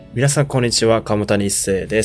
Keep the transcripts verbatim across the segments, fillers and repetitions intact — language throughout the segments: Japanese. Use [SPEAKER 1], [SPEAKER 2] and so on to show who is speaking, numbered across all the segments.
[SPEAKER 1] 皆さんこんにちは、鴨谷一生です。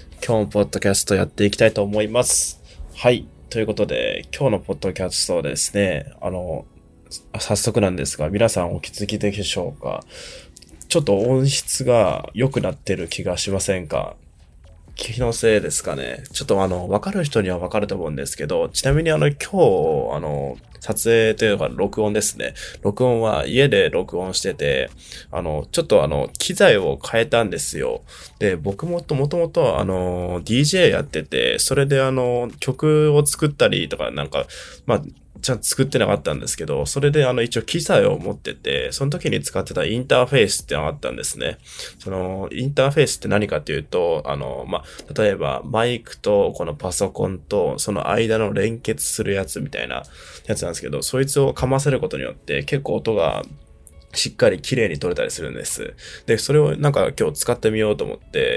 [SPEAKER 1] 今日もポッドキャストやっていきたいと思います。はい。ということで、今日のポッドキャストですね、あの、早速なんですが、皆さんお気づきでしょうか？ちょっと音質が良くなってる気がしませんか？気のせいですかね。ちょっとあの、わかる人にはわかると思うんですけど、ちなみにあの、今日、あの、撮影というか録音ですね。録音は家で録音してて、あの、ちょっとあの、機材を変えたんですよ。で、僕もともともとあの、ディージェー やってて、それであの、曲を作ったりとかなんか、まあ、ちゃんと作ってなかったんですけど、それであの一応機材を持ってて、その時に使ってたインターフェースってのがあったんですね。そのインターフェースって何かっていうと、あの、まあ、例えばマイクとこのパソコンとその間の連結するやつみたいなやつなんですけど、そいつをかませることによって結構音がしっかり綺麗に撮れたりするんです。で、それをなんか今日使ってみようと思って、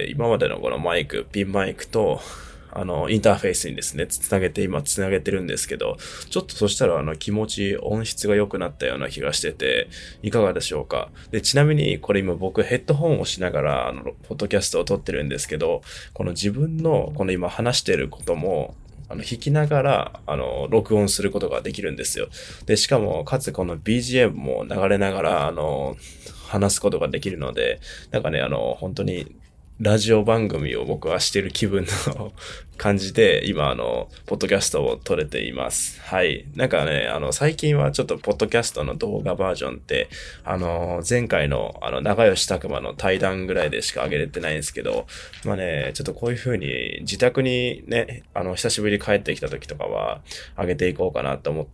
[SPEAKER 1] 今までのこのマイク、ピンマイクと、あの、インターフェースにですね、つなげて、今つなげてるんですけど、ちょっとそしたらあの気持ち、音質が良くなったような気がしてて、いかがでしょうか？で、ちなみにこれ今僕ヘッドホンをしながら、あの、ポッドキャストを撮ってるんですけど、この自分の、この今話してることも、あの、弾きながら、あの、録音することができるんですよ。で、しかも、かつこの ビージーエム も流れながら、あの、話すことができるので、なんかね、あの、本当に、ラジオ番組を僕はしてる気分の感じで、今、あの、ポッドキャストを撮れています。はい。なんかね、あの、最近はちょっと、ポッドキャストの動画バージョンって、あの、前回の、あの、長吉拓馬の対談ぐらいでしか上げれてないんですけど、まあね、ちょっとこういう風に、自宅にね、あの、久しぶりに帰ってきた時とかは、上げていこうかなと思って、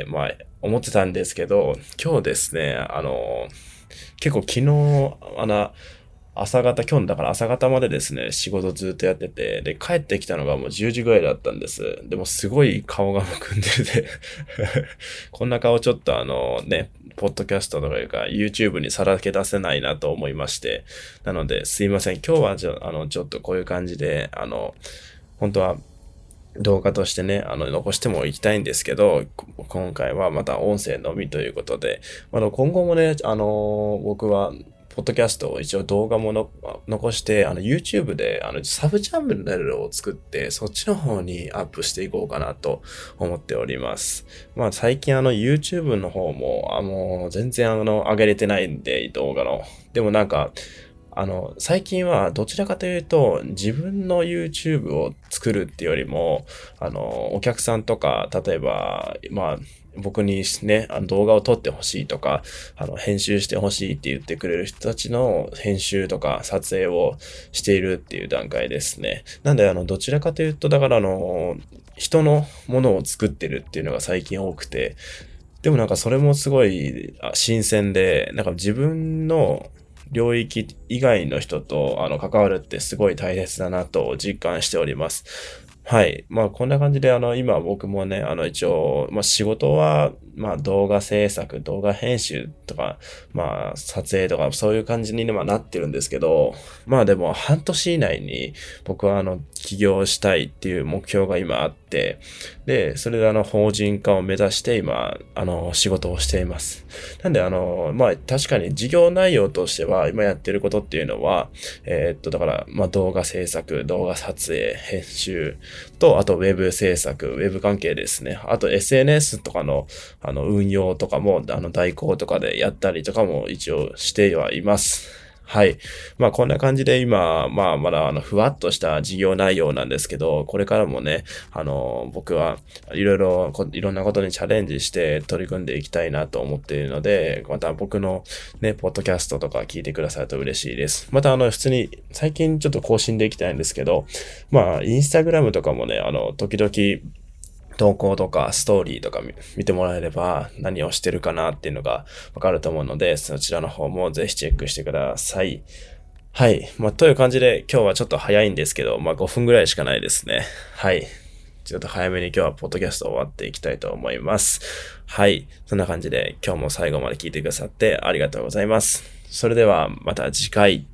[SPEAKER 1] まあ、思ってたんですけど、今日ですね、あの、結構昨日、あの、朝方、今日だから朝方までですね、仕事ずっとやってて、で、帰ってきたのがもうじゅうじぐらいだったんです。でもすごい顔がむくんでてこんな顔ちょっとあのね、ポッドキャストとかいうか YouTube にさらけ出せないなと思いまして。なので、すいません。今日はちょ、あの、ちょっとこういう感じで、あの、本当は動画としてね、あの、残してもいきたいんですけど、今回はまた音声のみということで、あの、今後もね、あの、僕は、ポッドキャストを一応動画もの残して、あの YouTube であのサブチャンネルを作って、そっちの方にアップしていこうかなと思っております。まあ最近あの YouTube の方も、あの全然あの上げれてないんで、動画の。でもなんか、あの、最近はどちらかというと、自分の YouTube を作るっていうよりも、あの、お客さんとか、例えば、まあ、僕にね、あの動画を撮ってほしいとか、あの、編集してほしいって言ってくれる人たちの編集とか撮影をしているっていう段階ですね。なんで、あの、どちらかというと、だからあの、人のものを作ってるっていうのが最近多くて、でもなんかそれもすごい新鮮で、なんか自分の領域以外の人とあの関わるってすごい大切だなと実感しております。はい。まあこんな感じであの今僕もね、あの一応、まあ仕事はまあ動画制作、動画編集とか、まあ撮影とかそういう感じに、ね、まあなってるんですけど、まあでも半年以内に僕はあの起業したいっていう目標が今あって、で、それであの法人化を目指して今、あの仕事をしています。なんであの、まあ確かに事業内容としては今やってることっていうのは、えー、っとだからまあ動画制作、動画撮影、編集と、あとウェブ制作、ウェブ関係ですね。あと エスエヌエス とかのあの運用とかも、あの代行とかでやったりとかも一応してはいます。はい。まあこんな感じで今、まあまだあのふわっとした事業内容なんですけど、これからもね、あの僕はいろいろ、いろんなことにチャレンジして取り組んでいきたいなと思っているので、また僕のね、ポッドキャストとか聞いてくださると嬉しいです。またあの普通に最近ちょっと更新できたいんですけど、まあインスタグラムとかもね、あの時々投稿とかストーリーとか見てもらえれば何をしてるかなっていうのがわかると思うので、そちらの方もぜひチェックしてください。はい。まあ、という感じで今日はちょっと早いんですけど、まあごふんぐらいしかないですね。はい。ちょっと早めに今日はポッドキャスト終わっていきたいと思います。はい。そんな感じで今日も最後まで聞いてくださってありがとうございます。それではまた次回。